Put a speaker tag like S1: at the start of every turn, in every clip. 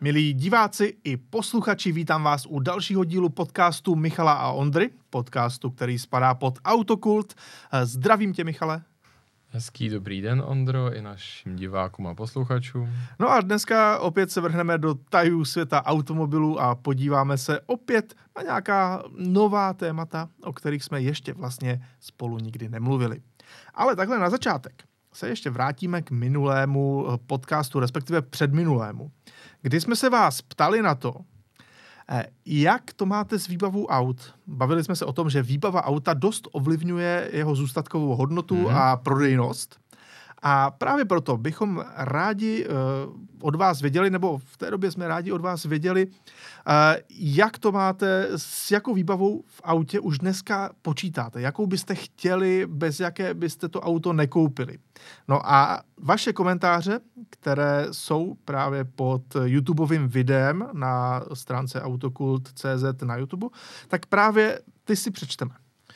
S1: Milí diváci i posluchači, vítám vás u dalšího dílu podcastu Michala a Ondry, podcastu, který spadá pod Autokult. Zdravím tě, Michale.
S2: Hezký dobrý den, Ondro, i našim divákům a posluchačům.
S1: No a dneska opět se vrhneme do tajů světa automobilů a podíváme se opět na nějaká nová témata, o kterých jsme ještě vlastně spolu nikdy nemluvili. Ale takhle na začátek se ještě vrátíme k minulému podcastu, respektive předminulému, kdy jsme se vás ptali na to, jak to máte s výbavou aut. Bavili jsme se o tom, že výbava auta dost ovlivňuje jeho zůstatkovou hodnotu a prodejnost. A právě proto bychom rádi od vás věděli, nebo v té době jsme rádi od vás věděli, jak to máte, s jakou výbavou v autě už dneska počítáte, jakou byste chtěli, bez jaké byste to auto nekoupili. No a vaše komentáře, které jsou právě pod YouTubeovým videem na stránce autokult.cz na YouTube, tak právě ty si přečteme.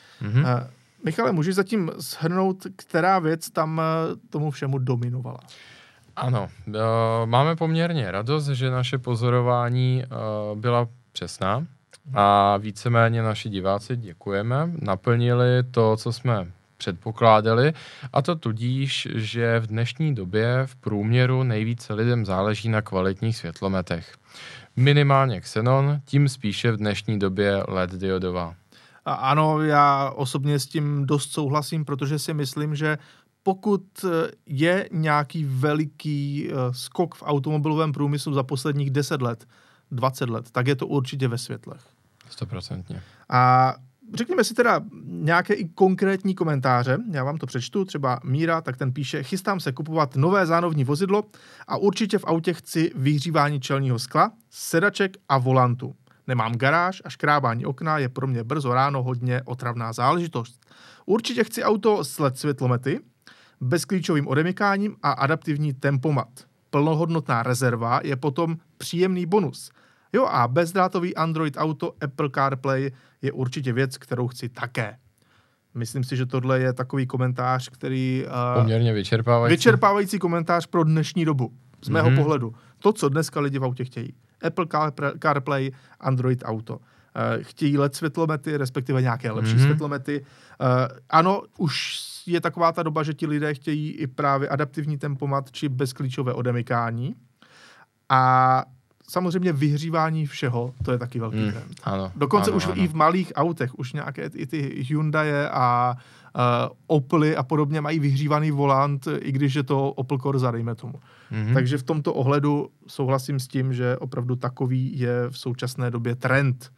S1: Michale, můžeš zatím shrnout, která věc tam tomu všemu dominovala?
S2: Ano, máme poměrně radost, že naše pozorování byla přesná a víceméně naši diváci, děkujeme, naplnili to, co jsme předpokládali, a to tudíž, že v dnešní době v průměru nejvíce lidem záleží na kvalitních světlometech. Minimálně xenon, tím spíše v dnešní době LED diodová.
S1: Ano, já osobně s tím dost souhlasím, protože si myslím, že pokud je nějaký veliký skok v automobilovém průmyslu za posledních 10 let, 20 let, tak je to určitě ve světlech.
S2: 100%.
S1: A řekněme si teda nějaké i konkrétní komentáře. Já vám to přečtu, třeba Míra, tak ten píše: chystám se kupovat nové zánovní vozidlo a určitě v autě chci vyhřívání čelního skla, sedaček a volantu. Nemám garáž a škrábání okna je pro mě brzo ráno hodně otravná záležitost. Určitě chci auto s LED světlomety, bezklíčovým odemykáním a adaptivní tempomat. Plnohodnotná rezerva je potom příjemný bonus. Jo, a bezdrátový Android Auto, Apple CarPlay je určitě věc, kterou chci také. Myslím si, že tohle je takový komentář, který...
S2: Poměrně vyčerpávající.
S1: Vyčerpávající komentář pro dnešní dobu, z mého pohledu. To, co dneska lidi v autě chtějí. Apple CarPlay, Android Auto. Chtějí LED světlomety, respektive nějaké lepší světlomety. Ano, už je taková ta doba, že ti lidé chtějí i právě adaptivní tempomat či bezklíčové odemykání. A samozřejmě vyhřívání všeho, to je taky velký trend.
S2: Ano,
S1: dokonce
S2: ano,
S1: už i v malých autech, už nějaké i ty Hyundaie a Opely a podobně mají vyhřívaný volant, i když je to Opel Corsa, dejme tomu. Takže v tomto ohledu souhlasím s tím, že opravdu takový je v současné době trend.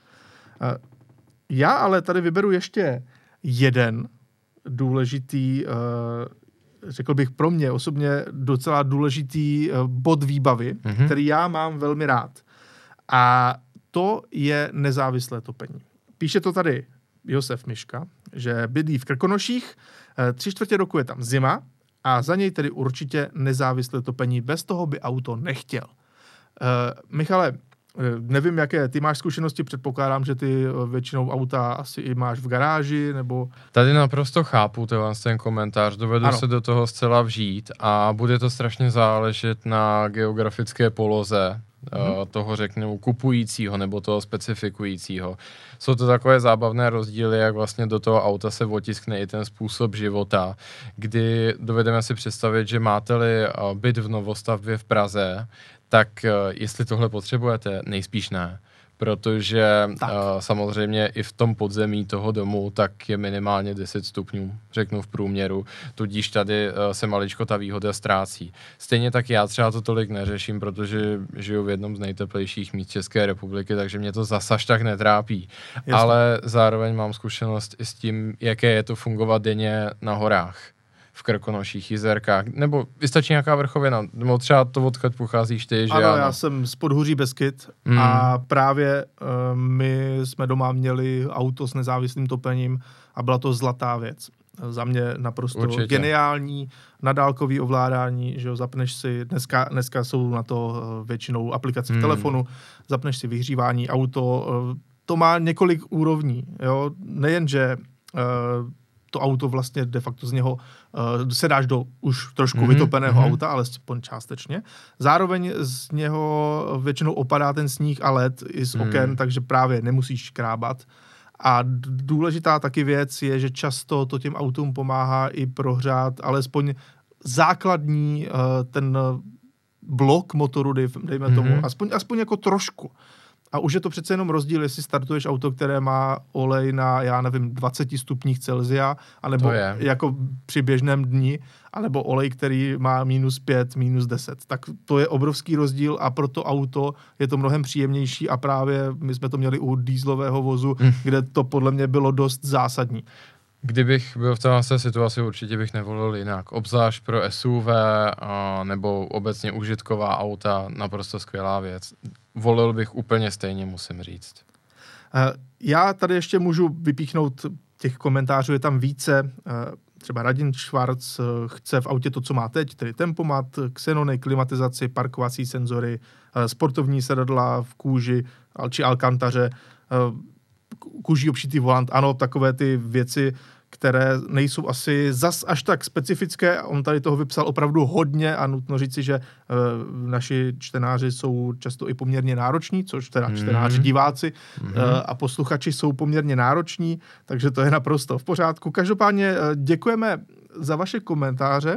S1: Já ale tady vyberu ještě jeden důležitý, řekl bych pro mě osobně docela důležitý bod výbavy, který já mám velmi rád. A to je nezávislé topení. Píše to tady Josef Miška, že bydlí v Krkonoších, 3/4 roku je tam zima a za něj tedy určitě nezávislé topení, bez toho by auto nechtěl. Michale, nevím, jaké ty máš zkušenosti, předpokládám, že ty většinou auta asi i máš v garáži, nebo...
S2: Tady naprosto chápu ten komentář, dovedu se do toho zcela vžít a bude to strašně záležet na geografické poloze toho, řekněme, kupujícího nebo toho specifikujícího. Jsou to takové zábavné rozdíly, jak vlastně do toho auta se otiskne i ten způsob života, kdy dovedeme si představit, že máte-li byt v novostavbě v Praze, tak jestli tohle potřebujete, nejspíš ne. Protože samozřejmě i v tom podzemí toho domu tak je minimálně 10 stupňů, řeknu v průměru, tudíž tady se maličko ta výhoda ztrácí. Stejně tak já třeba to tolik neřeším, protože žiju v jednom z nejteplejších míst České republiky, takže mě to zas až tak netrápí. Jasně. Ale zároveň mám zkušenost i s tím, jaké je to fungovat denně na horách. V Krkonoších, Jizerkách, nebo vystačí nějaká vrchovina, nebo třeba to odkud pocházíš ty, že
S1: ano, já jsem z Podhůří Beskyt a právě my jsme doma měli auto s nezávislým topením a byla to zlatá věc. Za mě naprosto geniální, nadálkový ovládání, že jo, zapneš si, dneska jsou na to většinou aplikace v telefonu, zapneš si vyhřívání auto, to má několik úrovní, jo, nejenže to auto vlastně de facto z něho se dáš do už trošku vytopeného auta, ale aspoň částečně. Zároveň z něho většinou opadá ten sníh a led i z oken, takže právě nemusíš škrábat. A důležitá taky věc je, že často to těm autům pomáhá i prohřát alespoň základní ten blok motoru, dejme tomu, aspoň jako trošku. A už je to přece jenom rozdíl, jestli startuješ auto, které má olej na, já nevím, 20 stupních Celsia, anebo jako při běžném dni, anebo olej, který má -5, -10. Tak to je obrovský rozdíl a pro to auto je to mnohem příjemnější a právě my jsme to měli u dieselového vozu, kde to podle mě bylo dost zásadní.
S2: Kdybych byl v této situaci, určitě bych nevolil jinak. Obzvlášť pro SUV nebo obecně užitková auta, naprosto skvělá věc. Volil bych úplně stejně, musím říct.
S1: Já tady ještě můžu vypíchnout těch komentářů, je tam více. Třeba Radim Schwarz chce v autě to, co má teď, tedy tempomat, xenony, klimatizaci, parkovací senzory, sportovní sedadla v kůži či alkantaře, kůží obšitý volant, ano, takové ty věci, které nejsou asi zas až tak specifické. On tady toho vypsal opravdu hodně a nutno říci, že naši čtenáři jsou často i poměrně nároční, což teda čtenáři, diváci a posluchači jsou poměrně nároční, takže to je naprosto v pořádku. Každopádně děkujeme za vaše komentáře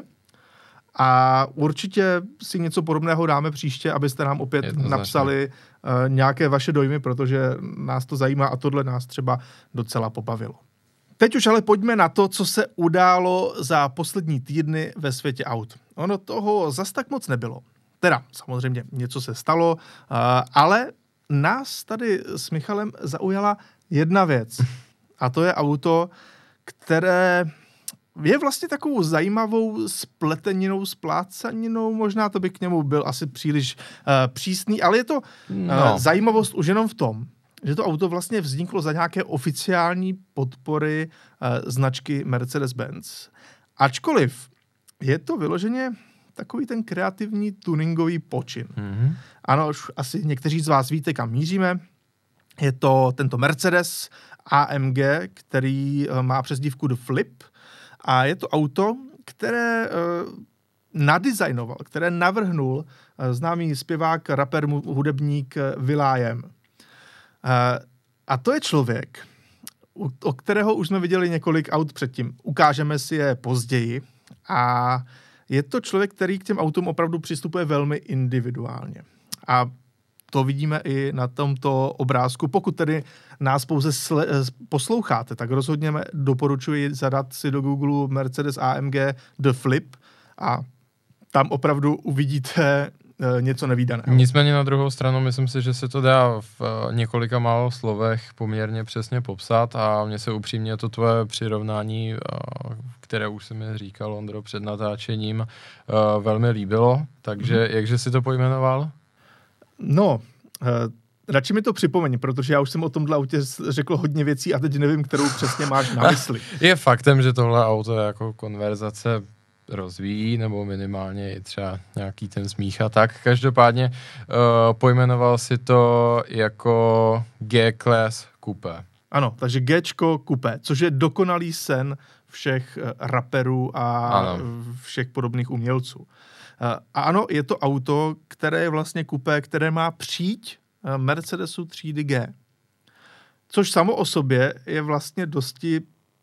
S1: a určitě si něco podobného dáme příště, abyste nám opět napsali nějaké vaše dojmy, protože nás to zajímá a tohle nás třeba docela pobavilo. Teď už ale pojďme na to, co se událo za poslední týdny ve světě aut. Ono toho zas tak moc nebylo. Teda samozřejmě něco se stalo, ale nás tady s Michalem zaujala jedna věc. A to je auto, které je vlastně takovou zajímavou spleteninou, splácaninou, možná to by k němu byl asi příliš přísný, ale je to zajímavost už jenom v tom, že to auto vlastně vzniklo za nějaké oficiální podpory značky Mercedes-Benz. Ačkoliv je to vyloženě takový ten kreativní tuningový počin. Ano, už asi někteří z vás víte, kam míříme. Je to tento Mercedes AMG, který má přezdívku The Flip a je to auto, které nadizajnoval, které navrhnul známý zpěvák, rapper, hudebník will.i.am. A to je člověk, o kterého už jsme viděli několik aut předtím. Ukážeme si je později a je to člověk, který k těm autům opravdu přistupuje velmi individuálně. A to vidíme i na tomto obrázku. Pokud tedy nás pouze posloucháte, tak rozhodně doporučuji zadat si do Google Mercedes AMG The Flip a tam opravdu uvidíte něco nevídaného.
S2: Nicméně na druhou stranu myslím si, že se to dá v několika málo slovech poměrně přesně popsat a mně se upřímně to tvoje přirovnání, které už jsem mi říkal, Ondro, před natáčením, velmi líbilo. Takže jakže si to pojmenoval?
S1: No, radši mi to připomeň, protože já už jsem o tomhle autě řekl hodně věcí a teď nevím, kterou přesně máš na mysli.
S2: Je faktem, že tohle auto je jako konverzace rozvíjí, nebo minimálně i třeba nějaký ten smích a tak. Každopádně pojmenoval si to jako G-Class Coupé.
S1: Ano, takže Gčko Coupé, což je dokonalý sen všech raperů a všech podobných umělců. A ano, je to auto, které je vlastně coupé, které má příď Mercedesu třídy G. Což samo o sobě je vlastně dosti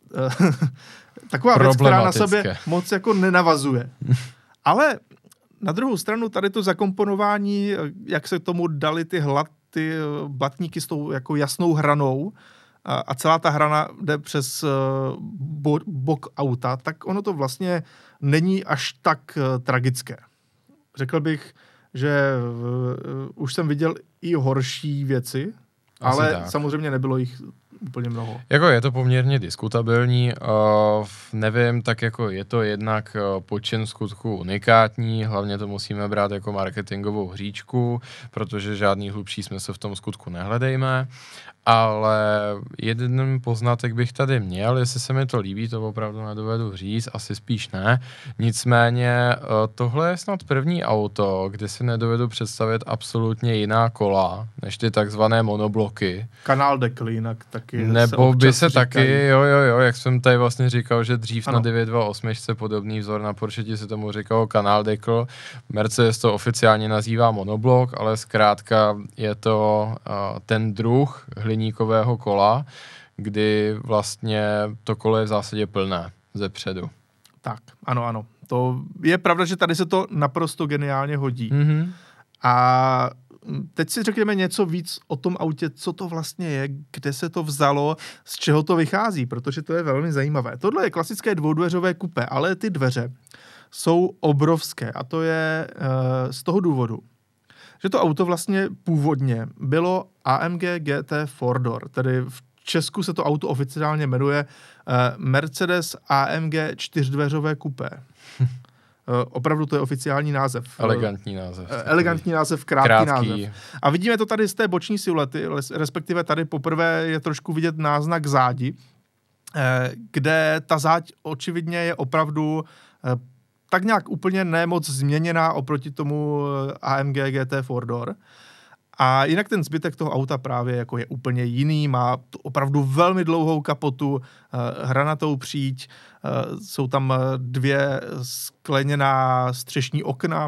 S1: taková věc, která na sobě moc jako nenavazuje. Ale na druhou stranu tady to zakomponování, jak se tomu dali ty blatníky s tou jako jasnou hranou a celá ta hrana jde přes bok auta, tak ono to vlastně není až tak tragické. Řekl bych, že už jsem viděl i horší věci, ale samozřejmě nebylo jich úplně mnoho.
S2: Jako je to poměrně diskutabilní, nevím, tak jako je to jednak počin skutku unikátní, hlavně to musíme brát jako marketingovou hříčku, protože žádný hlubší smysl v tom skutku nehledejme, ale jeden poznatek bych tady měl, jestli se mi to líbí, to opravdu nedovedu říct, asi spíš ne, nicméně tohle je snad první auto, kde si nedovedu představit absolutně jiná kola, než ty takzvané monobloky.
S1: Kanál dekl jinak taky. 928.
S2: Nebo by se taky, jo, jak jsem tady vlastně říkal, že dřív ano. Na 928 podobný vzor na Porsche se tomu říkalo Canal Deckel. Mercedes to oficiálně nazývá monoblok, ale zkrátka je to ten druh hliníkového kola, kdy vlastně to kolo je v zásadě plné ze předu.
S1: Tak, ano. To je pravda, že tady se to naprosto geniálně hodí.
S2: Mm-hmm.
S1: A teď si řekněme něco víc o tom autě, co to vlastně je, kde se to vzalo, z čeho to vychází, protože to je velmi zajímavé. Tohle je klasické dvoudveřové kupé, ale ty dveře jsou obrovské a to je z toho důvodu, že to auto vlastně původně bylo AMG GT 4-door, tedy v Česku se to auto oficiálně jmenuje Mercedes AMG čtyřdveřové kupé. Opravdu to je oficiální název.
S2: Elegantní název.
S1: Krátký název. A vidíme to tady z té boční silhuety, respektive tady poprvé je trošku vidět náznak zádi, kde ta záď očividně je opravdu tak nějak úplně nemoc změněná oproti tomu AMG GT 4-door. A jinak ten zbytek toho auta právě jako je úplně jiný, má opravdu velmi dlouhou kapotu, hranatou příď, jsou tam 2 skleněná střešní okna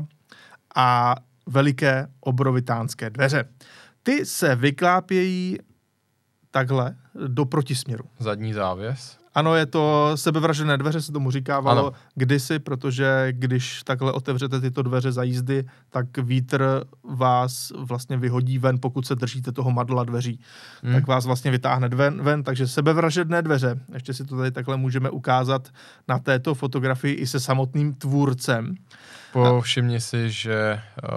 S1: a veliké obrovitánské dveře. Ty se vyklápějí takhle do protisměru.
S2: Zadní závěs?
S1: Ano, je to sebevražené dveře, se tomu říkávalo kdysi, protože když takhle otevřete tyto dveře za jízdy, tak vítr vás vlastně vyhodí ven, pokud se držíte toho madla dveří. Tak vás vlastně vytáhne ven, takže sebevražedné dveře. Ještě si to tady takhle můžeme ukázat na této fotografii i se samotným tvůrcem.
S2: Povšimni si, že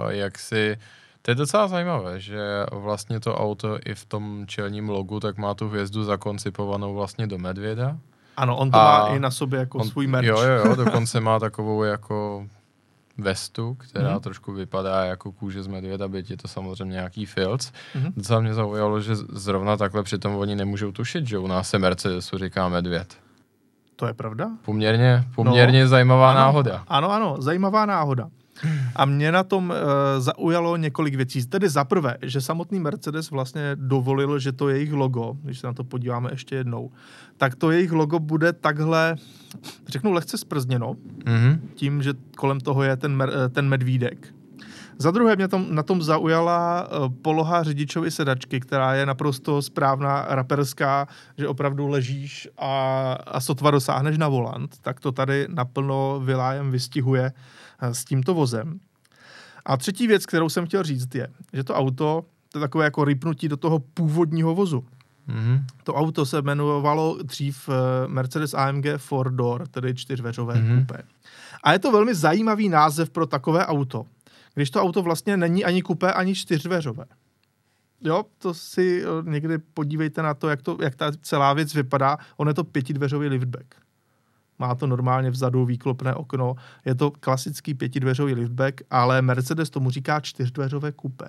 S2: to je docela zajímavé, že vlastně to auto i v tom čelním logu tak má tu hvězdu zakoncipovanou vlastně do medvěda.
S1: Ano, on to má i na sobě jako svůj merch.
S2: Jo, dokonce má takovou jako vestu, která trošku vypadá jako kůže z medvěda, byť je to samozřejmě nějaký filc. Docela mě zaujalo, že zrovna takhle přitom oni nemůžou tušit, že u nás se Mercedesu říká medvěd.
S1: To je pravda?
S2: Poměrně zajímavá náhoda.
S1: Ano, zajímavá náhoda. A mě na tom zaujalo několik věcí. Tedy za prvé, že samotný Mercedes vlastně dovolil, že to jejich logo, když se na to podíváme ještě jednou, tak to jejich logo bude takhle, řeknu lehce zprzněno, tím, že kolem toho je ten medvídek. Za druhé mě na tom zaujala poloha řidičovy sedačky, která je naprosto správná, raperská, že opravdu ležíš a sotva dosáhneš na volant, tak to tady naplno Will.i.am vystihuje s tímto vozem. A třetí věc, kterou jsem chtěl říct, je, že to auto, to je takové jako rýpnutí do toho původního vozu. To auto se jmenovalo dřív Mercedes AMG 4-door, tedy čtyřdveřové kupé. A je to velmi zajímavý název pro takové auto, když to auto vlastně není ani kupé, ani čtyřdveřové. Jo, to si někdy podívejte na to, jak ta celá věc vypadá. On je to 5dveřový liftback. Má to normálně vzadu výklopné okno. Je to klasický 5dveřový liftback, ale Mercedes tomu říká čtyřdveřové kupé.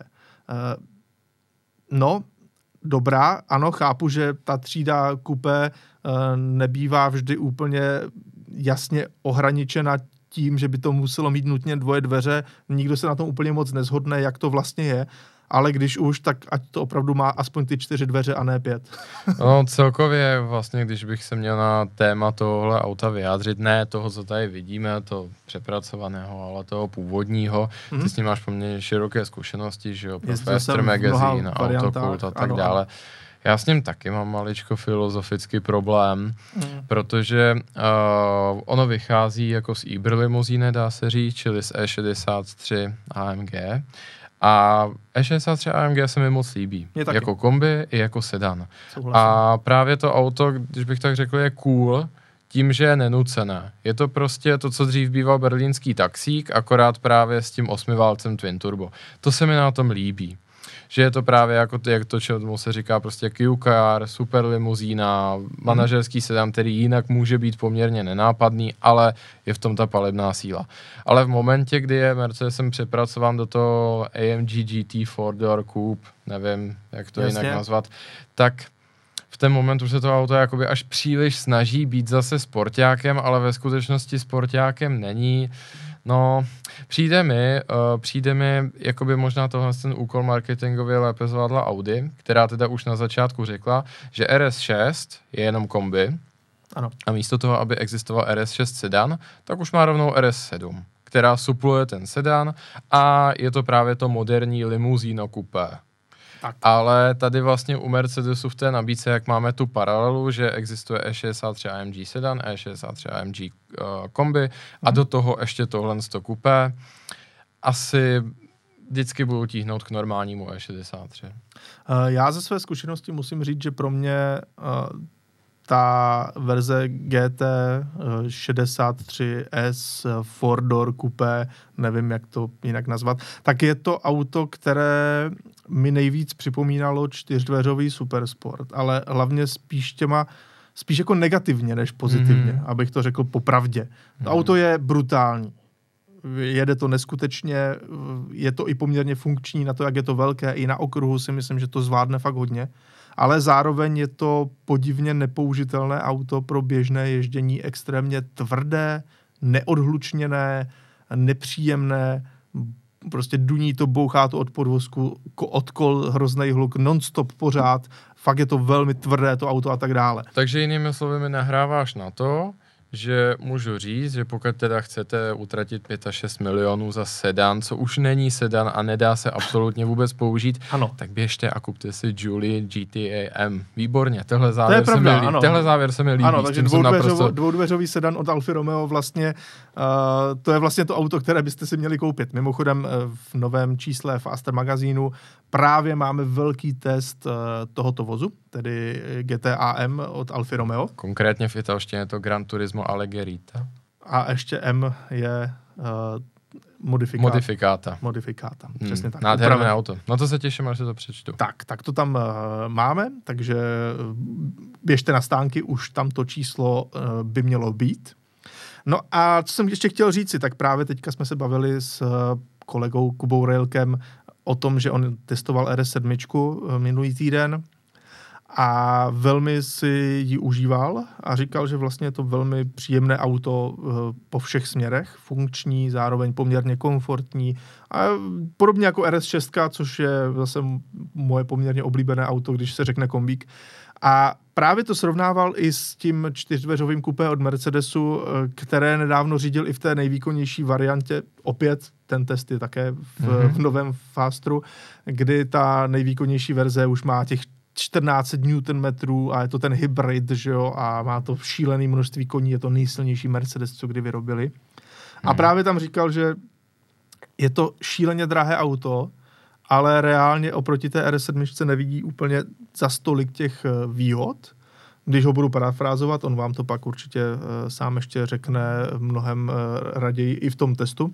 S1: Dobrá, ano, chápu, že ta třída kupé nebývá vždy úplně jasně ohraničena tím, že by to muselo mít nutně 2 dveře. Nikdo se na tom úplně moc nezhodne, jak to vlastně je. Ale když už, tak ať to opravdu má aspoň ty 4 dveře a ne 5.
S2: No celkově vlastně, když bych se měl na téma tohle auta vyjádřit, ne toho, co tady vidíme, to přepracovaného, ale toho původního, ty s ním máš poměrně široké zkušenosti, že jo, Professor Magazine, Autokult a tak dále. Ano. Já s ním taky mám maličko filozofický problém, protože ono vychází jako z Uber limuzíny, dá se říct, čili z E63 AMG. A E63 AMG se mi moc líbí. Jako kombi i jako sedan.
S1: Souhlasím.
S2: A právě to auto, když bych tak řekl, je cool tím, že je nenucené. Je to prostě to, co dřív býval berlínský taxík, akorát právě s tím 8válcem Twin Turbo. To se mi na tom líbí. Že je to právě jako jak to, čemu se říká prostě Q-car, super limuzína, manažerský sedan, který jinak může být poměrně nenápadný, ale je v tom ta palebná síla. Ale v momentě, kdy je Mercedesem přepracován do toho AMG GT 4-door coupe, nevím, jak to jinak nazvat, tak v ten moment už se to auto jakoby až příliš snaží být zase sportákem, ale ve skutečnosti sportákem není. No, přijde mi, jakoby možná tohle ten úkol marketingově lépe zvládla Audi, která teda už na začátku řekla, že RS6 je jenom kombi.
S1: Ano.
S2: A místo toho, aby existoval RS6 sedan, tak už má rovnou RS7, která supluje ten sedan a je to právě to moderní limuzíno kupé. Tak. Ale tady vlastně u Mercedesu v té nabídce, jak máme tu paralelu, že existuje E63 AMG sedan, E63 AMG kombi a do toho ještě tohle kupé, asi vždycky budu tíhnout k normálnímu E63.
S1: Já ze své zkušenosti musím říct, že pro mě ta verze GT 63S four-door coupé, nevím, jak to jinak nazvat, tak je to auto, které mi nejvíc připomínalo čtyřdveřový supersport, ale hlavně spíš jako negativně, než pozitivně, abych to řekl popravdě. To auto je brutální. Jede to neskutečně, je to i poměrně funkční na to, jak je to velké, i na okruhu si myslím, že to zvládne fakt hodně. Ale zároveň je to podivně nepoužitelné auto pro běžné ježdění, extrémně tvrdé, neodhlučněné, nepříjemné, prostě duní to, bouchá to od podvozku, od kol hrozný hluk, non-stop pořád, fakt je to velmi tvrdé to auto a tak dále.
S2: Takže jinými slovy mi nahráváš na to, že můžu říct, že pokud teda chcete utratit 5 až 6 milionů za sedan, co už není sedan a nedá se absolutně vůbec použít,
S1: ano.
S2: Tak běžte a kupte si Giulia GTA M. Výborně, tenhle závěr se mi líbí.
S1: Ano, takže dvoudveřový sedan od Alfy Romeo vlastně, to je vlastně to auto, které byste si měli koupit. Mimochodem v novém čísle Faster magazínu právě máme velký test tohoto vozu, tedy GTA M od Alfy Romeo.
S2: Konkrétně v italštině je to Gran Turismo Alleggerita.
S1: A ještě M je modifikáta. Přesně tak.
S2: Nádherné auto. Na to se těším, až se to přečtu.
S1: Tak to tam máme, takže běžte na stánky, už tam to číslo by mělo být. No a co jsem ještě chtěl říci, tak právě teďka jsme se bavili s kolegou Kubou Railkem o tom, že on testoval RS7 minulý týden a velmi si ji užíval a říkal, že vlastně je to velmi příjemné auto po všech směrech, funkční, zároveň poměrně komfortní a podobně jako RS6, což je zase moje poměrně oblíbené auto, když se řekne kombík. A právě to srovnával i s tím čtyřdveřovým kupé od Mercedesu, které nedávno řídil i v té nejvýkonnější variantě. Opět ten test je také v novém Fastru, kdy ta nejvýkonnější verze už má těch 14 Nm a je to ten hybrid, že jo, a má to šílené množství koní, je to nejsilnější Mercedes, co kdy vyrobili. A právě tam říkal, že je to šíleně drahé auto, ale reálně oproti té RS7 nevidí úplně za stolik těch výhod. Když ho budu parafrázovat, on vám to pak určitě sám ještě řekne mnohem raději i v tom testu.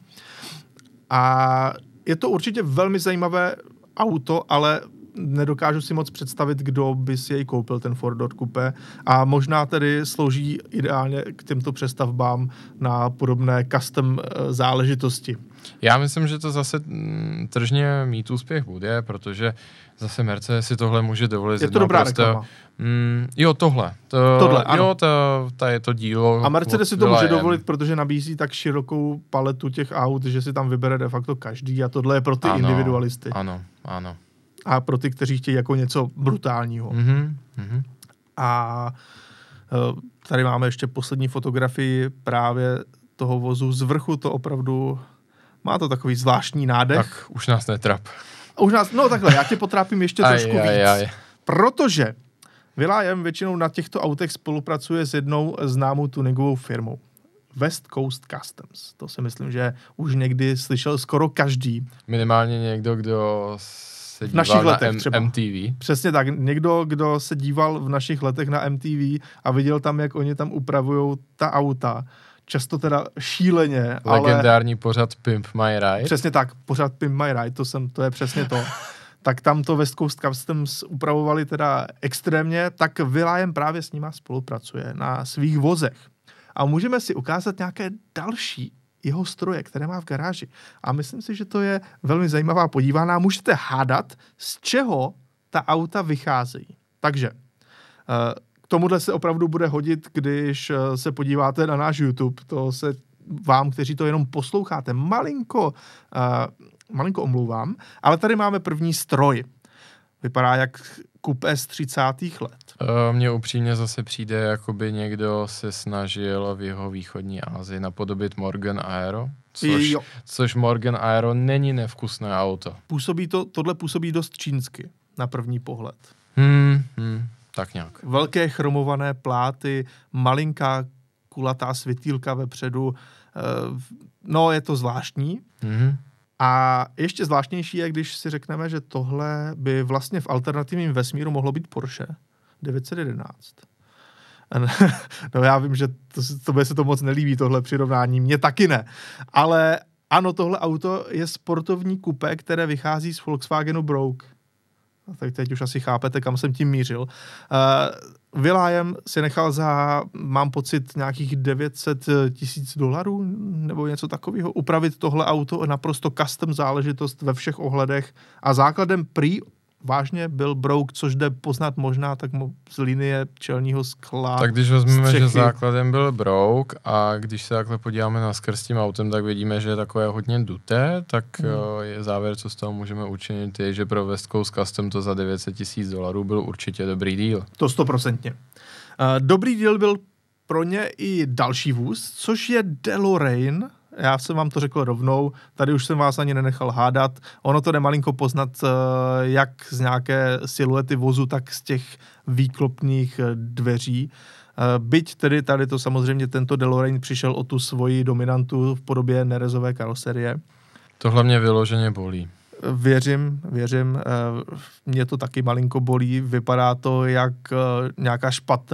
S1: A je to určitě velmi zajímavé auto, ale nedokážu si moc představit, kdo by si jej koupil, ten four-door coupé. A možná tedy slouží ideálně k těmto přestavbám na podobné custom záležitosti.
S2: Já myslím, že to zase tržně mít úspěch bude, protože zase Mercedes si tohle může dovolit.
S1: Je to dobrá reklama.
S2: Jo, tohle.
S1: Ano.
S2: Jo, to je to dílo.
S1: A Mercedes si to může dovolit, protože nabízí tak širokou paletu těch aut, že si tam vybere de facto každý a tohle je pro ty individualisty.
S2: Ano.
S1: A pro ty, kteří chtějí jako něco brutálního. A tady máme ještě poslední fotografii právě toho vozu. Z vrchu to opravdu má to takový zvláštní nádech.
S2: Tak už nás netrap.
S1: No takhle, já tě potrápím ještě trošku víc. Protože Will.i.am většinou na těchto autech spolupracuje s jednou známou tuningovou firmou. West Coast Customs. To si myslím, že už někdy slyšel skoro každý.
S2: Minimálně někdo, kdo se
S1: v našich letech
S2: třeba. MTV.
S1: Přesně tak. Někdo, kdo se díval v našich letech na MTV a viděl tam, jak oni tam upravujou ta auta. Často teda šíleně,
S2: legendární pořad Pimp My Ride.
S1: Přesně tak, pořad Pimp My Ride, to je přesně to. Tak tam to West Coast Customs upravovali teda extrémně, tak Will.i.am právě s nima spolupracuje na svých vozech. A můžeme si ukázat nějaké další jeho stroje, které má v garáži. A myslím si, že to je velmi zajímavá podívaná. Můžete hádat, z čeho ta auta vycházejí. Takže k tomuhle se opravdu bude hodit, když se podíváte na náš YouTube. To se vám, kteří to jenom posloucháte, malinko omlouvám, ale tady máme první stroj. Vypadá jak kupé z 30. let.
S2: Mně upřímně zase přijde, jakoby někdo se snažil v jeho východní Asii napodobit Morgan Aero, což Morgan Aero není nevkusné auto.
S1: Tohle působí dost čínsky na první pohled.
S2: Tak nějak.
S1: Velké chromované pláty, malinká kulatá světýlka vepředu. No, je to zvláštní. A ještě zvláštnější je, když si řekneme, že tohle by vlastně v alternativním vesmíru mohlo být Porsche 911. No já vím, že tobě se to moc nelíbí, tohle přirovnání, mně taky ne. Ale ano, tohle auto je sportovní kupé, které vychází z Volkswagenu Brouk. Tak teď už asi chápete, kam jsem tím mířil. Will.i.am si nechal za, mám pocit, nějakých $900,000 nebo něco takového upravit tohle auto, naprosto custom záležitost ve všech ohledech a základem prý vážně byl Brouk, což jde poznat možná tak z linie čelního skla.
S2: Tak když vezmeme, že základem byl Brouk a když se takhle podíváme na skrz tím autem, tak vidíme, že je takové hodně duté, tak je závěr, co z toho můžeme učinit, je, že pro West Coast Custom to za $900,000 byl určitě dobrý deal.
S1: To 100%. Dobrý deal byl pro ně i další vůz, což je DeLorean. Já jsem vám to řekl rovnou, tady už jsem vás ani nenechal hádat. Ono to jde malinko poznat jak z nějaké siluety vozu, tak z těch výklopných dveří. Byť tedy tady to samozřejmě tento DeLorean přišel o tu svoji dominantu v podobě nerezové karoserie.
S2: Tohle mě vyloženě bolí.
S1: Věřím, mě to taky malinko bolí, vypadá to jak nějaká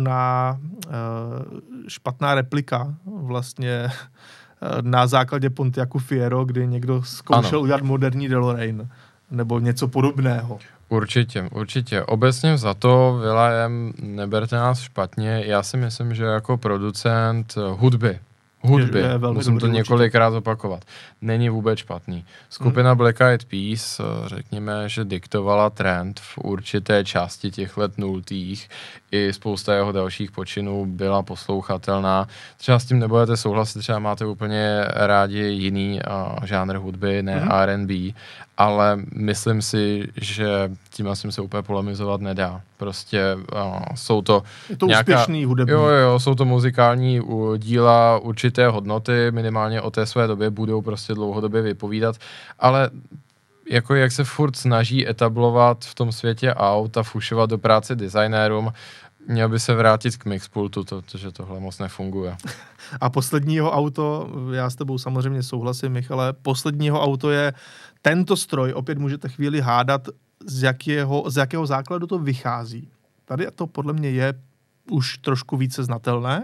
S1: špatná replika vlastně na základě Pontiacu Fiero, kdy někdo zkoušel udělat moderní DeLorean nebo něco podobného.
S2: Určitě. Obecně za to Will.i.am, neberte nás špatně, já si myslím, že jako producent hudby, musím to několikrát opakovat, není vůbec špatný. Skupina Black Eyed Peas, řekněme, že diktovala trend v určité části těch let 0. I spousta jeho dalších počinů byla poslouchatelná. Třeba s tím nebudete souhlasit, třeba máte úplně rádi jiný žánr hudby, ne R&B, ale myslím si, že tím asi se úplně polemizovat nedá. Prostě jsou to
S1: úspěšný hudební.
S2: Jo, jsou to muzikální díla určité hodnoty, minimálně o té své době budou prostě dlouhodobě vypovídat, ale jako jak se furt snaží etablovat v tom světě aut a fušovat do práce designérům, měl by se vrátit k mixpultu, protože tohle moc nefunguje.
S1: A posledního auto, já s tebou samozřejmě souhlasím, Michale, posledního auto je tento stroj, opět můžete chvíli hádat, z jakého základu to vychází. Tady to podle mě je už trošku více znatelné.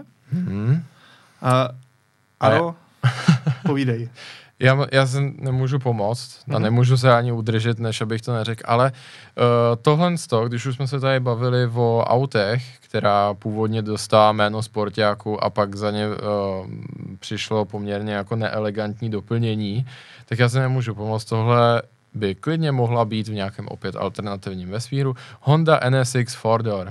S1: Ano, povídej.
S2: Já se nemůžu pomoct a nemůžu se ani udržet, než abych to neřekl, ale tohle, když už jsme se tady bavili o autech, která původně dostala jméno sportáku a pak za ně přišlo poměrně jako neelegantní doplnění, tak já se nemůžu pomoct. Tohle by klidně mohla být v nějakém opět alternativním vesmíru. Honda NSX 4-door.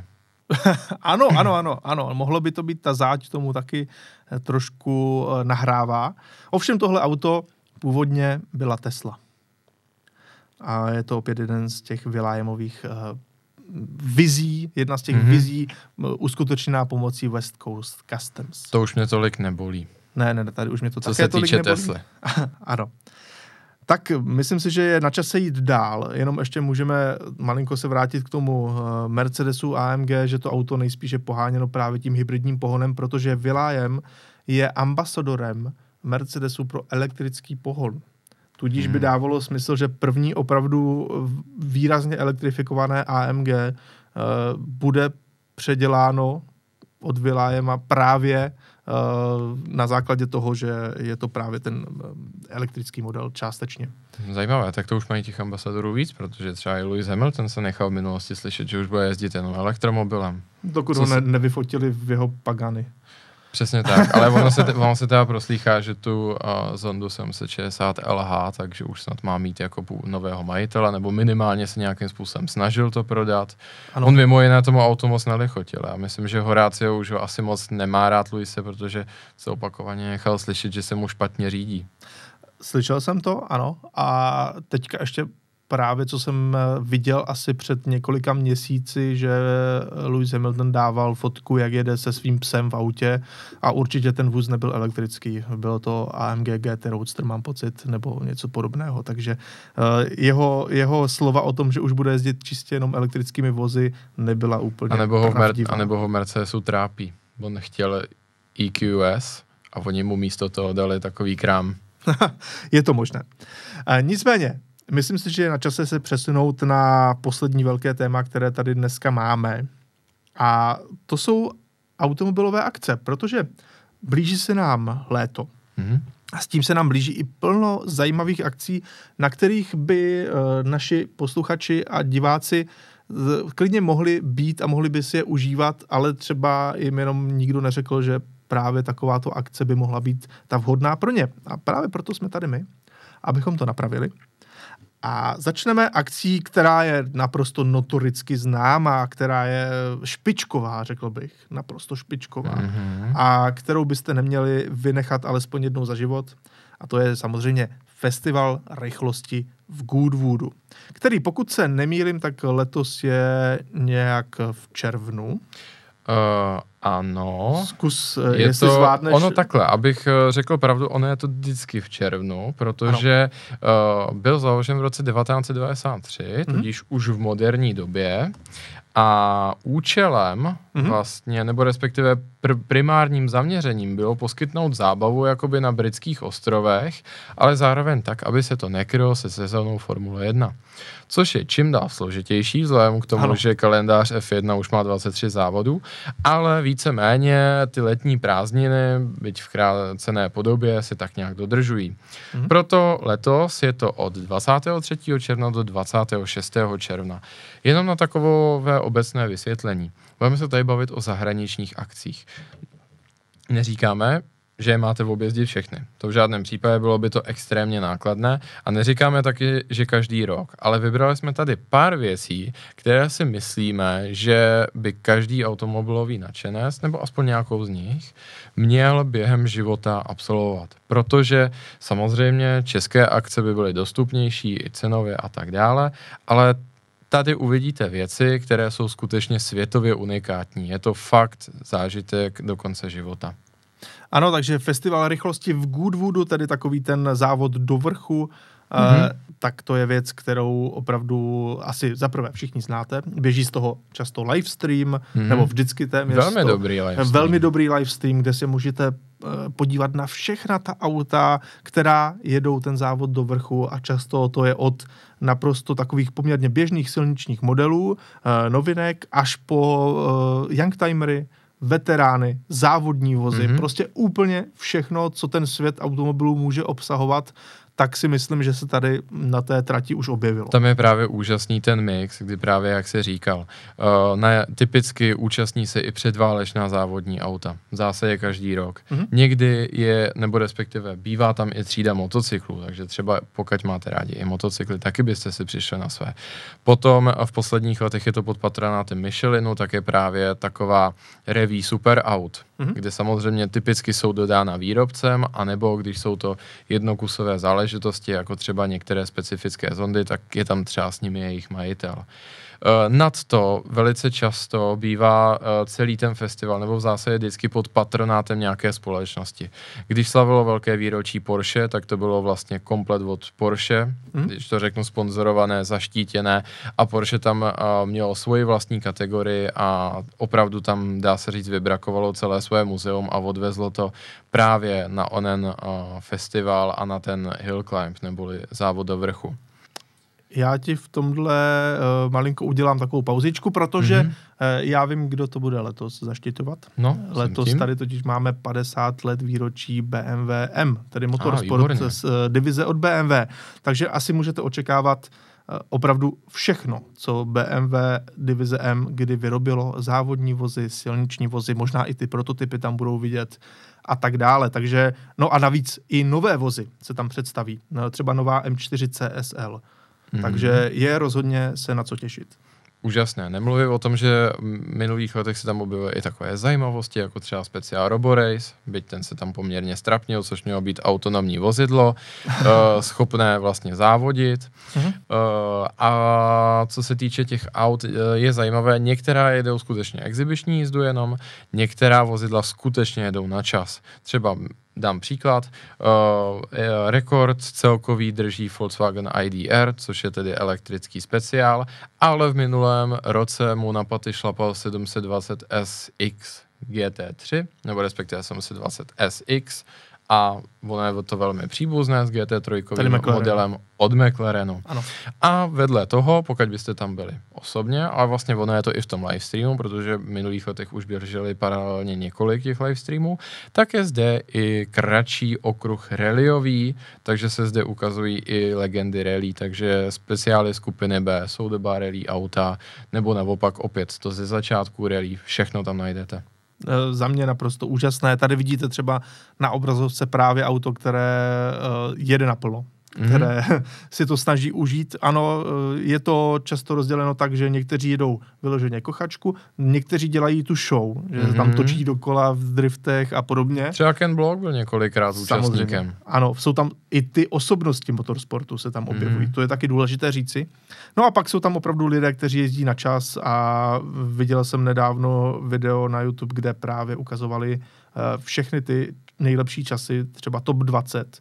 S1: Ano, mohlo by to být, ta záď tomu taky trošku nahrává. Ovšem tohle auto původně byla Tesla. A je to opět jeden z těch Will.i.amových vizí, jedna z těch vizí uskutečněná pomocí West Coast Customs.
S2: To už mě tolik nebolí.
S1: Ne, tady už mě to také tolik
S2: nebolí.
S1: Co se týče Tesly. Ano. Tak myslím si, že je na čase jít dál, jenom ještě můžeme malinko se vrátit k tomu Mercedesu AMG, že to auto nejspíš je poháněno právě tím hybridním pohonem, protože Will.i.am je ambasadorem Mercedesu pro elektrický pohon. Tudíž by dávalo smysl, že první opravdu výrazně elektrifikované AMG bude předěláno od Will.i.ama právě na základě toho, že je to právě ten elektrický model částečně.
S2: Zajímavé, tak to už mají těch ambasadorů víc, protože třeba i Lewis Hamilton se nechal v minulosti slyšet, že už bude jezdit jenom elektromobilem.
S1: Dokud ho nevyfotili v jeho Pagani.
S2: Přesně tak, ale ono se teda proslýchá, že tu zondu 760 LH, takže už snad má mít jako nového majitele, nebo minimálně se nějakým způsobem snažil to prodat. Ano. On mimo jiné tomu auto moc nelichotil. Já myslím, že Horácio už ho asi moc nemá rád Luise, protože se opakovaně nechal slyšet, že se mu špatně řídí.
S1: Slyšel jsem to, ano. A teďka ještě právě, co jsem viděl asi před několika měsíci, že Lewis Hamilton dával fotku, jak jede se svým psem v autě a určitě ten vůz nebyl elektrický. Bylo to AMG GT Roadster, mám pocit, nebo něco podobného. Takže jeho slova o tom, že už bude jezdit čistě jenom elektrickými vozy, nebyla úplně pravdivá.
S2: A nebo ho Mercedesu trápí. On chtěl EQS a oni mu místo toho dali takový krám.
S1: Je to možné. Nicméně, myslím si, že je na čase se přesunout na poslední velké téma, které tady dneska máme. A to jsou automobilové akce, protože blíží se nám léto. A s tím se nám blíží i plno zajímavých akcí, na kterých by naši posluchači a diváci klidně mohli být a mohli by si je užívat, ale třeba jim jenom nikdo neřekl, že právě takováto akce by mohla být ta vhodná pro ně. A právě proto jsme tady my, abychom to napravili. A začneme akcí, která je naprosto notoricky známá, která je špičková, řekl bych, naprosto špičková. A kterou byste neměli vynechat alespoň jednou za život. A to je samozřejmě Festival rychlosti v Goodwoodu, který, pokud se nemýlím, tak letos je nějak v červnu.
S2: Ano.
S1: Zkus, jestli zvládneš.
S2: Ono takhle, abych řekl pravdu, ono je to vždycky v červnu, protože byl založen v roce 1993, tudíž už v moderní době. A účelem vlastně, nebo respektive primárním zaměřením bylo poskytnout zábavu jakoby na britských ostrovech, ale zároveň tak, aby se to nekrylo se sezónou Formule 1. Což je čím dál složitější, vzhledem k tomu, že kalendář F1 už má 23 závodů, ale víceméně ty letní prázdniny, byť v krácené podobě, se tak nějak dodržují. Proto letos je to od 23. června do 26. června. Jenom na takové obecné vysvětlení. Budeme se tady bavit o zahraničních akcích. Neříkáme, že je máte objezdit všechny. To v žádném případě, bylo by to extrémně nákladné a neříkáme taky, že každý rok, ale vybrali jsme tady pár věcí, které si myslíme, že by každý automobilový nadšenec, nebo aspoň nějakou z nich, měl během života absolvovat. Protože samozřejmě české akce by byly dostupnější i cenově a tak dále, ale tady uvidíte věci, které jsou skutečně světově unikátní. Je to fakt zážitek do konce života.
S1: Ano, takže Festival rychlosti v Goodwoodu, tedy takový ten závod do vrchu, tak to je věc, kterou opravdu asi zaprvé všichni znáte. Běží z toho často livestream, nebo vždycky téměř. Velmi dobrý livestream, kde se můžete podívat na všechna ta auta, která jedou ten závod do vrchu a často to je od naprosto takových poměrně běžných silničních modelů, novinek, až po youngtimery, veterány, závodní vozy, prostě úplně všechno, co ten svět automobilů může obsahovat, tak si myslím, že se tady na té trati už objevilo.
S2: Tam je právě úžasný ten mix, kdy právě, jak se říkal, typicky účastní se i předválečná závodní auta. V zásadě každý rok. Někdy je, nebo respektive bývá tam i třída motocyklů, takže třeba pokud máte rádi i motocykly, taky byste si přišli na své. Potom v posledních letech je to pod patronátem Michelinu, tak je právě taková revue superaut, kde samozřejmě typicky jsou dodána výrobcem, anebo když jsou to jednokusové záležitosti, jako třeba některé specifické zondy, tak je tam třeba s nimi jejich majitel. Nad to velice často bývá celý ten festival, nebo v zásadě vždycky pod patronátem nějaké společnosti. Když slavilo velké výročí Porsche, tak to bylo vlastně komplet od Porsche, když to řeknu sponzorované, zaštítěné, a Porsche tam mělo svoji vlastní kategorii a opravdu tam, dá se říct, vybrakovalo celé své muzeum a odvezlo to právě na onen festival a na ten hill climb, neboli závod do vrchu.
S1: Já ti v tomhle malinko udělám takovou pauzičku, protože já vím, kdo to bude letos zaštiťovat.
S2: No,
S1: letos tady totiž máme 50 let výročí BMW M, tedy Motorsport z divize od BMW. Takže asi můžete očekávat opravdu všechno, co BMW divize M kdy vyrobilo, závodní vozy, silniční vozy, možná i ty prototypy tam budou vidět a tak dále. Takže, no a navíc i nové vozy se tam představí. Třeba nová M4 CSL. Takže je rozhodně se na co těšit.
S2: Úžasné. Nemluvím o tom, že v minulých letech se tam objevily i takové zajímavosti, jako třeba speciál Roborace, byť ten se tam poměrně strapnil, což mělo být autonomní vozidlo, schopné vlastně závodit. A co se týče těch aut, je zajímavé, některá jedou skutečně exibiční jízdu jenom, některá vozidla skutečně jedou na čas. Třeba dám příklad, rekord celkový drží Volkswagen ID.R, což je tedy elektrický speciál, ale v minulém roce mu na paty šlapal 720 SX GT3, nebo respektive 720 SX, a ono je to velmi příbuzné s GT3 modelem od McLarenu.
S1: Ano.
S2: A vedle toho, pokud byste tam byli osobně, ale vlastně ono je to i v tom livestreamu, protože v minulých letech už běželi paralelně několik těch livestreamů, tak je zde i kratší okruh rallyový, takže se zde ukazují i legendy rally, takže speciály skupiny B, soudobá rally auta, nebo naopak opět to ze začátku rally, všechno tam najdete.
S1: Za mě naprosto úžasné. Tady vidíte třeba na obrazovce právě auto, které jede naplno, které si to snaží užít. Ano, je to často rozděleno tak, že někteří jedou vyloženě kochačku, někteří dělají tu show, že tam točí dokola v driftech a podobně.
S2: Třeba Ken Block byl několikrát účastníkem.
S1: Ano, jsou tam i ty osobnosti motorsportu se tam objevují. To je taky důležité říci. No a pak jsou tam opravdu lidé, kteří jezdí na čas a viděl jsem nedávno video na YouTube, kde právě ukazovali všechny ty nejlepší časy, třeba top 20.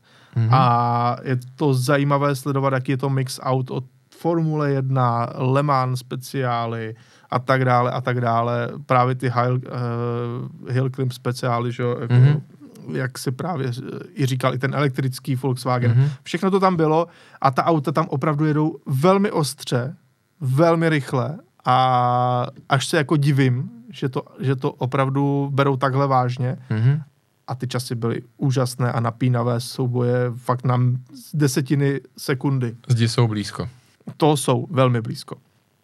S1: A je to zajímavé sledovat, jaký je to mix aut od Formule 1, Le Mans speciály a tak dále a tak dále. Právě ty Hill Climb speciály, že jako, jak si právě i říkal, i ten elektrický Volkswagen. Všechno to tam bylo a ta auta tam opravdu jedou velmi ostře, velmi rychle a až se jako divím, že to opravdu berou takhle vážně. A ty časy byly úžasné a napínavé souboje fakt na desetiny sekundy.
S2: Zdi jsou blízko.
S1: To jsou velmi blízko.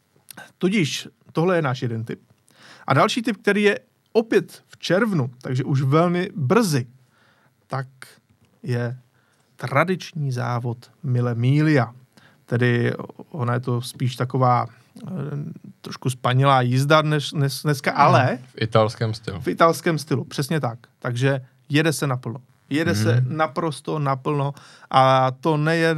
S1: Tudíž tohle je náš jeden typ. A další typ, který je opět v červnu, takže už velmi brzy, tak je tradiční závod Mille Miglia. Tedy ona je to spíš taková trošku spanilá jízda dneska, ale...
S2: V italském stylu.
S1: V italském stylu, přesně tak. Takže jede se naplno. Jede se naprosto naplno a to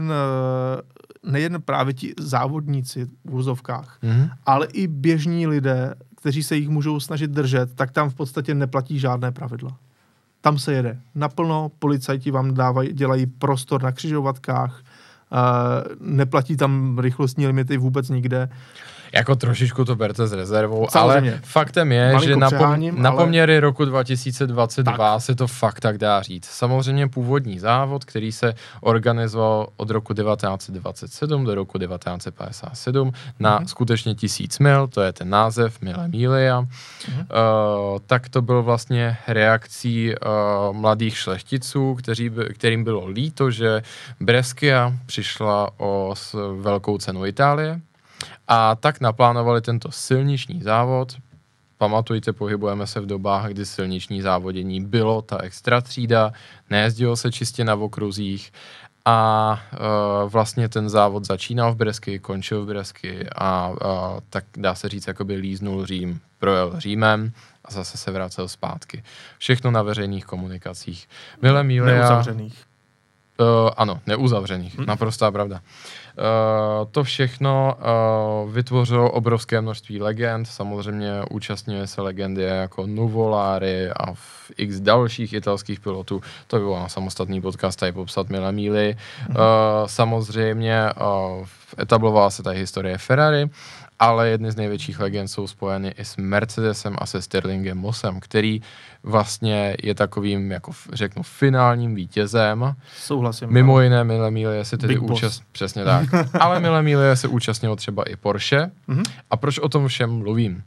S1: nejen právě ti závodníci v úzovkách, ale i běžní lidé, kteří se jich můžou snažit držet, tak tam v podstatě neplatí žádné pravidla. Tam se jede naplno, policajti vám dělají prostor na křižovatkách, neplatí tam rychlostní limity vůbec nikde.
S2: Jako trošičku to berte s rezervou,
S1: samozřejmě.
S2: Ale faktem je, že na poměry roku 2022 se to fakt tak dá říct. Samozřejmě původní závod, který se organizoval od roku 1927 do roku 1957 na skutečně 1000 mil, to je ten název Mille Miglia, tak to byl vlastně reakcí mladých šlechticů, kterým bylo líto, že Brescia přišla o velkou cenu Itálie. A tak naplánovali tento silniční závod. Pamatujte, pohybujeme se v dobách, kdy silniční závodění bylo ta extra třída, nejezdilo se čistě na okruzích a vlastně ten závod začínal v Bresci, končil v Bresci a tak dá se říct, jakoby líznul Řím, projel Římem a zase se vracel zpátky. Všechno na veřejných komunikacích. Mille Miglia...
S1: Neuzavřených.
S2: Ano, neuzavřených, naprostá pravda. To všechno vytvořilo obrovské množství legend, samozřejmě účastňuje se legendy jako Nuvolari a x dalších italských pilotů, to by bylo na samostatný podcast tady popsat Mille Miglia. Samozřejmě etablovala se tady historie Ferrari ale jedny z největších legend jsou spojeny i s Mercedesem a se Stirlingem Mossem, který vlastně je takovým, jako řeknu, finálním vítězem.
S1: Souhlasím.
S2: Mimo jiné Mille Miglia se tedy přesně tak. Ale Mille Miglia se účastnil třeba i Porsche. A proč o tom všem mluvím?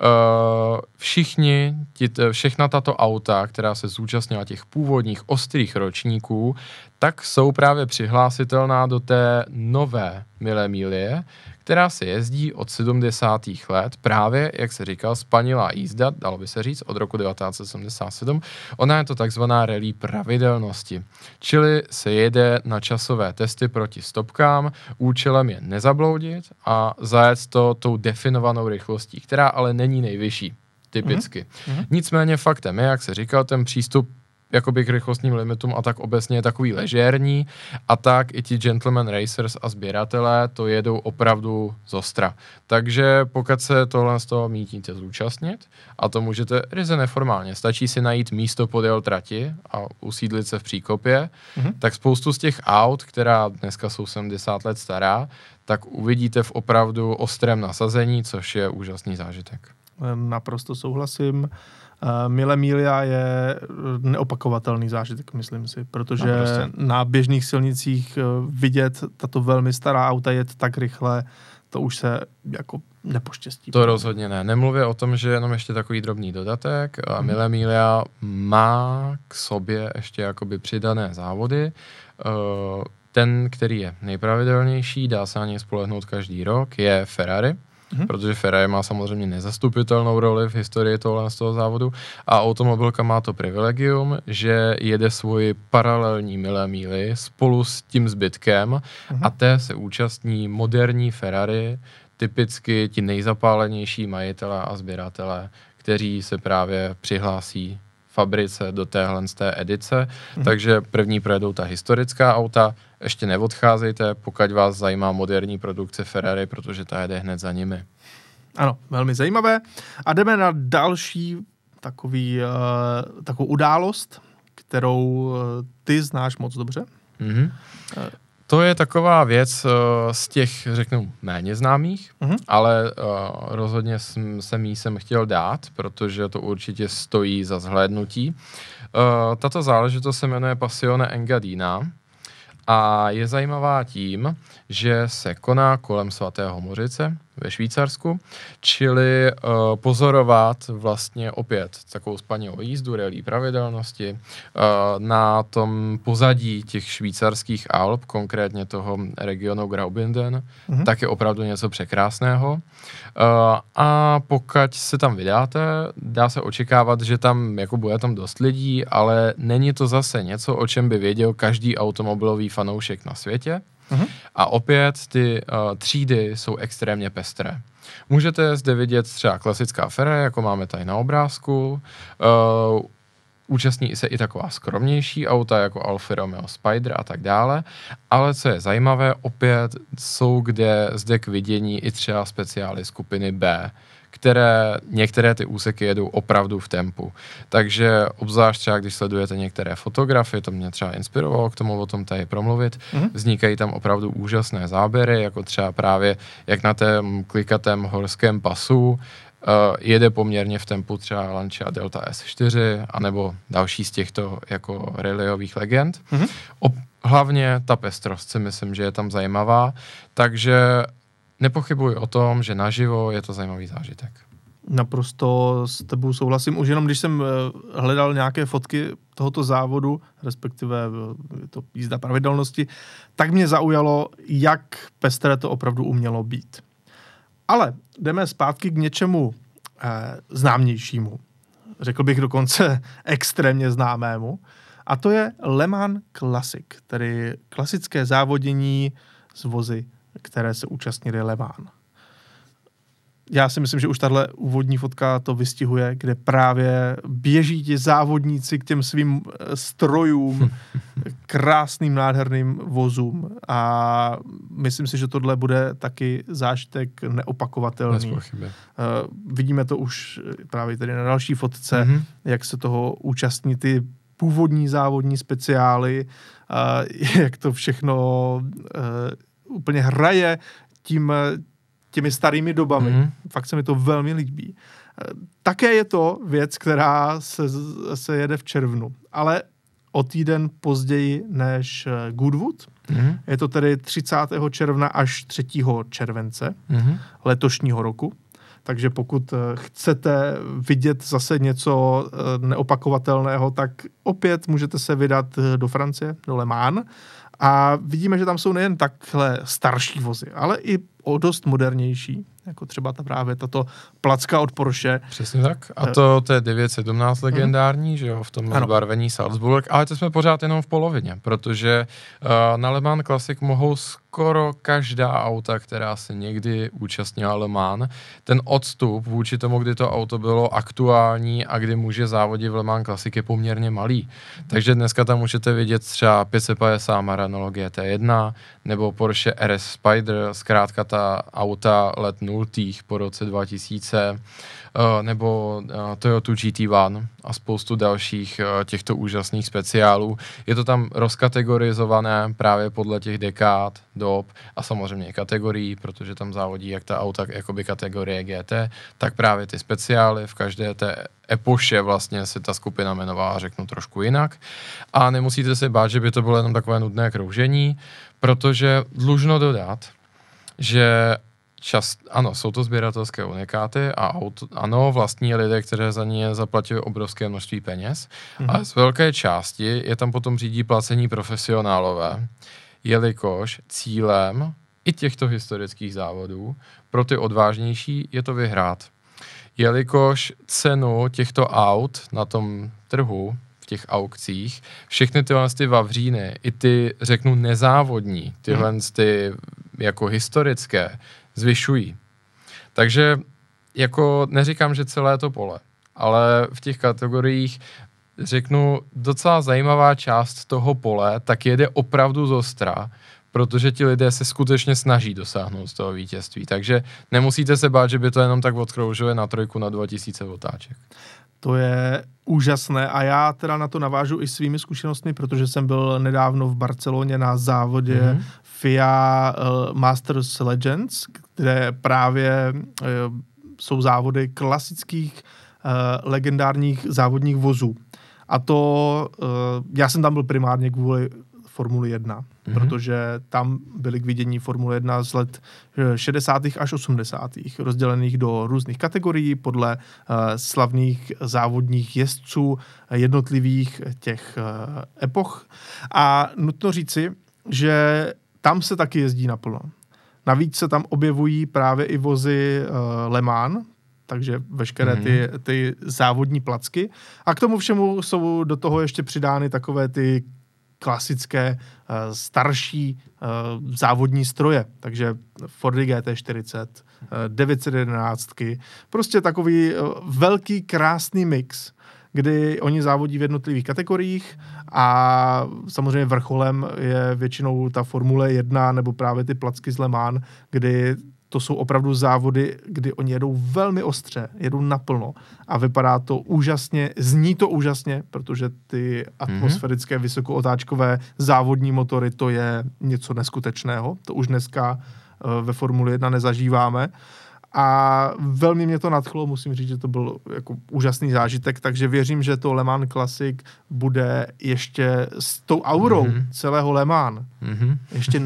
S2: Všechna tato auta, která se zúčastnila těch původních ostrých ročníků, tak jsou právě přihlásitelná do té nové Mille Miglie, která se jezdí od 70. let, právě, jak se říkal, spanilá jízda, dalo by se říct, od roku 1977. Ona je to takzvaná rally pravidelnosti, čili se jede na časové testy proti stopkám, účelem je nezabloudit a zajet to tou definovanou rychlostí, která ale není nejvyšší, typicky. Nicméně faktem je, jak se říkal, ten přístup jakoby k rychlostním limitům a tak obecně je takový ležérní a tak i ti gentleman racers a sběratelé to jedou opravdu zostra. Takže pokud se tohle z toho mítíte zúčastnit, a to můžete ryze neformálně, stačí si najít místo podél trati a usídlit se v příkopě, tak spoustu z těch aut, která dneska jsou 70 let stará, tak uvidíte v opravdu ostrém nasazení, což je úžasný zážitek.
S1: Naprosto souhlasím. Mille Miglia je neopakovatelný zážitek, myslím si, protože na běžných silnicích vidět tato velmi stará auta jet tak rychle, to už se jako nepoštěstí.
S2: To rozhodně ne. Nemluvě o tom, že jenom ještě takový drobný dodatek. Mille Miglia má k sobě ještě jakoby přidané závody. Ten, který je nejpravidelnější, dá se na něj spolehnout každý rok, je Ferrari. Protože Ferrari má samozřejmě nezastupitelnou roli v historii tohle z toho závodu a automobilka má to privilegium, že jede svoji paralelní Mille Migli spolu s tím zbytkem a té se účastní moderní Ferrari, typicky ti nejzapálenější majitelé a sběratelé, kteří se právě přihlásí fabrice do téhle z té edice, takže první projedou ta historická auta, ještě neodcházejte, pokud vás zajímá moderní produkce Ferrari, protože ta jede hned za nimi.
S1: Ano, velmi zajímavé. A jdeme na další takovou událost, kterou ty znáš moc dobře.
S2: To je taková věc z těch, řeknu, méně známých, ale rozhodně jsem jí chtěl dát, protože to určitě stojí za zhlédnutí. Tato záležitost se jmenuje Passione Engadina a je zajímavá tím, že se koná kolem Svatého Mořice ve Švýcarsku, čili pozorovat vlastně opět takovou spanilou jízdu, rally pravidelnosti na tom pozadí těch švýcarských Alp, konkrétně toho regionu Graubünden, tak je opravdu něco překrásného. A pokud se tam vydáte, dá se očekávat, že tam jako bude tam dost lidí, ale není to zase něco, o čem by věděl každý automobilový fanoušek na světě. A opět ty třídy jsou extrémně pestré. Můžete zde vidět třeba klasická Ferrari, jako máme tady na obrázku. Účastní se i taková skromnější auta, jako Alfa Romeo Spider a tak dále. Ale co je zajímavé, opět jsou zde k vidění i třeba speciály skupiny B, některé ty úseky jedou opravdu v tempu. Takže obzvlášť třeba, když sledujete některé fotografie, to mě třeba inspirovalo k tomu o tom tady promluvit, vznikají tam opravdu úžasné záběry, jako třeba právě jak na tém klikatém horském pasu jede poměrně v tempu třeba Lancia Delta S4, anebo další z těchto jako rallyových legend. Hlavně ta pestrost si myslím, že je tam zajímavá, takže nepochybuji o tom, že naživo je to zajímavý zážitek.
S1: Naprosto s tebou souhlasím. Už jenom když jsem hledal nějaké fotky tohoto závodu, respektive je to jízda pravidelnosti, tak mě zaujalo, jak pestré to opravdu umělo být. Ale jdeme zpátky k něčemu známějšímu. Řekl bych dokonce extrémně známému. A to je Le Mans Classic, tedy klasické závodění s vozy, které se účastnily Le Mans. Já si myslím, že už tahle úvodní fotka to vystihuje, kde právě běží ti závodníci k těm svým strojům, krásným, nádherným vozům. A myslím si, že tohle bude taky zážitek neopakovatelný. Vidíme to už právě tady na další fotce, jak se toho účastní ty původní závodní speciály, jak to všechno úplně hraje těmi starými dobami. Fakt se mi to velmi líbí. Také je to věc, která se jede v červnu, ale o týden později než Goodwood. Je to tedy 30. června až 3. července letošního roku. Takže pokud chcete vidět zase něco neopakovatelného, tak opět můžete se vydat do Francie, do Le Mans. A vidíme, že tam jsou nejen takhle starší vozy, ale i o dost modernější, jako třeba právě tato placka od Porsche.
S2: Přesně tak. A to je 917 legendární, že jo, v tom zbarvení Salzburg, ale to jsme pořád jenom v polovině, protože na Le Mans Classic mohou skoro každá auta, která se někdy účastnila Le Mans. Ten odstup vůči tomu, kdy to auto bylo aktuální a kdy může závodit v Le Mans Classic, je poměrně malý. Takže dneska tam můžete vidět třeba 550 Maranello GT1 nebo Porsche RS Spyder, zkrátka ta auta let 0 po roce 2000, nebo Toyota GT1 a spoustu dalších těchto úžasných speciálů. Je to tam rozkategorizované právě podle těch dekád, dob a samozřejmě kategorií, protože tam závodí jak ta auta jakoby kategorie GT, tak právě ty speciály v každé té epoše vlastně se ta skupina jmenovala, řeknu trošku jinak. A nemusíte se bát, že by to bylo jenom takové nudné kroužení, protože dlužno dodat, že ano, jsou to sběratelské unikáty a ano, vlastní lidé, kteří za ně zaplatili obrovské množství peněz, ale z velké části je tam potom řídí placení profesionálové, jelikož cílem i těchto historických závodů pro ty odvážnější je to vyhrát. Jelikož cenu těchto aut na tom trhu, v těch aukcích, všechny tyhle ty vavříny, i ty, řeknu, nezávodní, tyhle ty jako historické, zvyšují. Takže jako neříkám, že celé to pole, ale v těch kategoriích řeknu docela zajímavá část toho pole, tak jede opravdu zostra, protože ti lidé se skutečně snaží dosáhnout z toho vítězství. Takže nemusíte se bát, že by to jenom tak odkroužili na 3 na 2000 otáček.
S1: To je úžasné a já teda na to navážu i svými zkušenostmi, protože jsem byl nedávno v Barceloně na závodě FIA Masters Legends, kde právě jsou závody klasických legendárních závodních vozů. A to, já jsem tam byl primárně kvůli Formuli 1, protože tam byly k vidění Formule 1 z let 60. až 80. rozdělených do různých kategorií podle slavných závodních jezdců jednotlivých těch epoch. A nutno říci, že tam se taky jezdí naplno. Navíc se tam objevují právě i vozy Le Mans, takže veškeré ty závodní placky. A k tomu všemu jsou do toho ještě přidány takové ty klasické starší závodní stroje, takže Fordy GT40, 911, prostě takový velký krásný mix, kdy oni závodí v jednotlivých kategoriích a samozřejmě vrcholem je většinou ta Formule 1 nebo právě ty placky z Le Mans, kdy to jsou opravdu závody, kdy oni jedou velmi ostře, jedou naplno a vypadá to úžasně, zní to úžasně, protože ty atmosférické vysokootáčkové závodní motory, to je něco neskutečného. To už dneska ve Formuli 1 nezažíváme. A velmi mě to nadchlo, musím říct, že to byl jako úžasný zážitek, takže věřím, že to Le Mans Classic bude ještě s tou aurou celého Le Mans ještě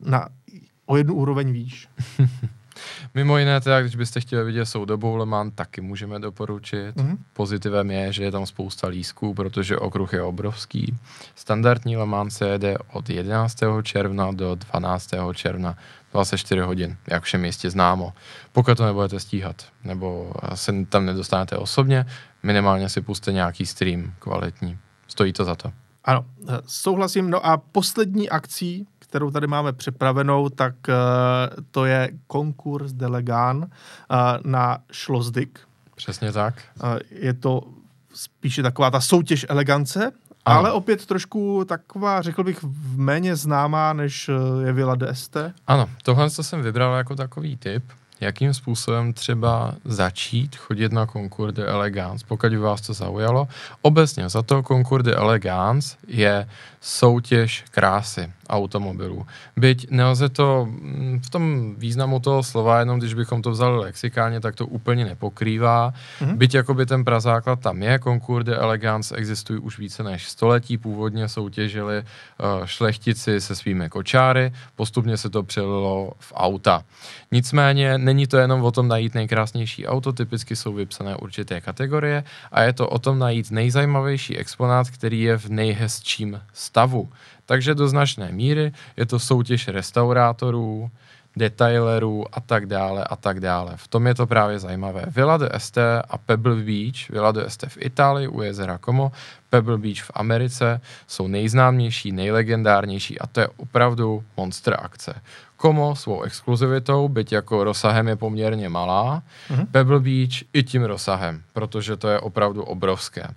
S1: o jednu úroveň výš.
S2: Mimo jiné teda, když byste chtěli vidět soudobou Le Mans, taky můžeme doporučit. Pozitivem je, že je tam spousta lístků, protože okruh je obrovský. Standardní Le Mans se jede od 11. června do 12. června 24 hodin, jak všem jistě známo. Pokud to nebudete stíhat, nebo se tam nedostanete osobně, minimálně si puste nějaký stream kvalitní. Stojí to za to.
S1: Ano, souhlasím. No a poslední akcí, kterou tady máme připravenou, tak to je konkurs de Legán na Schlossdick.
S2: Přesně tak.
S1: Je to spíše taková ta soutěž elegance, ale opět trošku taková, řekl bych, méně známá, než je Villa d'Este.
S2: Ano, tohle jsem vybral jako takový tip, jakým způsobem třeba začít chodit na Concours de Elegance, pokud by vás to zaujalo. Obecně za to Concours de Elegance je soutěž krásy. automobilů. Byť nelze to v tom významu toho slova, jenom když bychom to vzali lexikálně, tak to úplně nepokrývá. Byť jakoby ten prazáklad tam je, Concours de Elegance existují už více než století, původně soutěžili šlechtici se svými kočáry, postupně se to přelilo v auta. Nicméně není to jenom o tom najít nejkrásnější auto, typicky jsou vypsané určité kategorie a je to o tom najít nejzajímavější exponát, který je v nejhezčím stavu. Takže do značné míry je to soutěž restaurátorů, detailerů a tak dále a tak dále. V tom je to právě zajímavé. Villa d'Este a Pebble Beach, Villa d'Este v Itálii u jezera Como, Pebble Beach v Americe jsou nejznámější, nejlegendárnější a to je opravdu monster akce. Como svou exkluzivitou, byť jako rozsahem je poměrně malá, Pebble Beach i tím rozsahem, protože to je opravdu obrovské.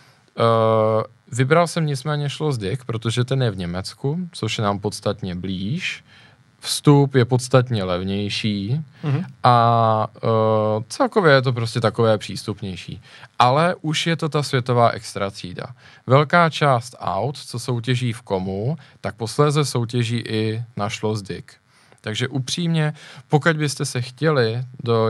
S2: Vybral jsem nicméně Schloss Dick, protože ten je v Německu, což je nám podstatně blíž. Vstup je podstatně levnější a celkově je to prostě takové přístupnější. Ale už je to ta světová extra třída. Velká část aut, co soutěží v Komu, tak posléze soutěží i na Schloss Dick. Takže upřímně, pokud byste se chtěli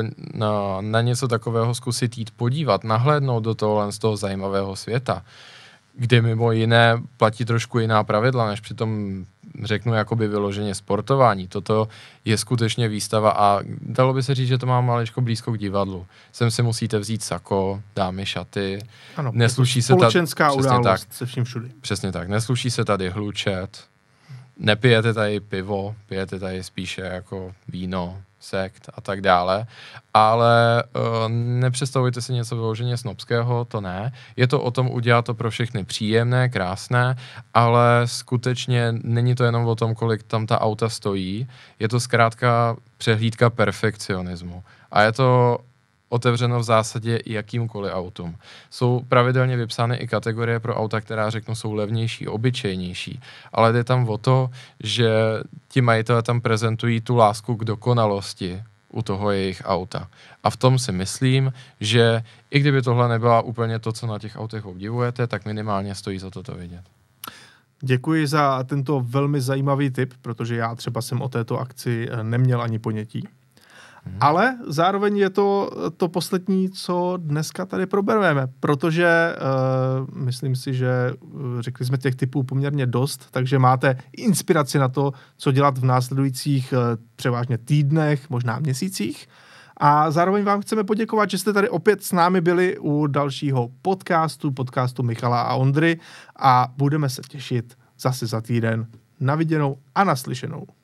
S2: na něco takového zkusit jít podívat, nahlédnout do tohohle z toho zajímavého světa, kde mimo jiné platí trošku jiná pravidla, než přitom řeknu jakoby vyloženě sportování. Toto je skutečně výstava a dalo by se říct, že to má maličko blízko k divadlu. Sem si musíte vzít sako, dámy šaty.
S1: Ano,
S2: nesluší se
S1: společenská událost se vším všudy.
S2: Přesně tak. Nesluší se tady hlučet, nepijete tady pivo, pijete tady spíše jako víno, sekt a tak dále, ale nepředstavujte si něco vyloženě snobského, to ne. Je to o tom udělat to pro všechny příjemné, krásné, ale skutečně není to jenom o tom, kolik tam ta auta stojí, je to zkrátka přehlídka perfekcionismu. A je to otevřeno v zásadě jakýmkoliv autům. Jsou pravidelně vypsány i kategorie pro auta, která řeknu jsou levnější, obyčejnější, ale jde tam o to, že ti majitelé tam prezentují tu lásku k dokonalosti u toho jejich auta. A v tom si myslím, že i kdyby tohle nebyla úplně to, co na těch autech obdivujete, tak minimálně stojí za to vidět.
S1: Děkuji za tento velmi zajímavý tip, protože já třeba jsem o této akci neměl ani ponětí. Ale zároveň je to poslední, co dneska tady probereme, protože myslím si, že řekli jsme těch typů poměrně dost, takže máte inspiraci na to, co dělat v následujících převážně týdnech, možná měsících. A zároveň vám chceme poděkovat, že jste tady opět s námi byli u dalšího podcastu Michala a Ondry a budeme se těšit zase za týden. Na viděnou a naslyšenou.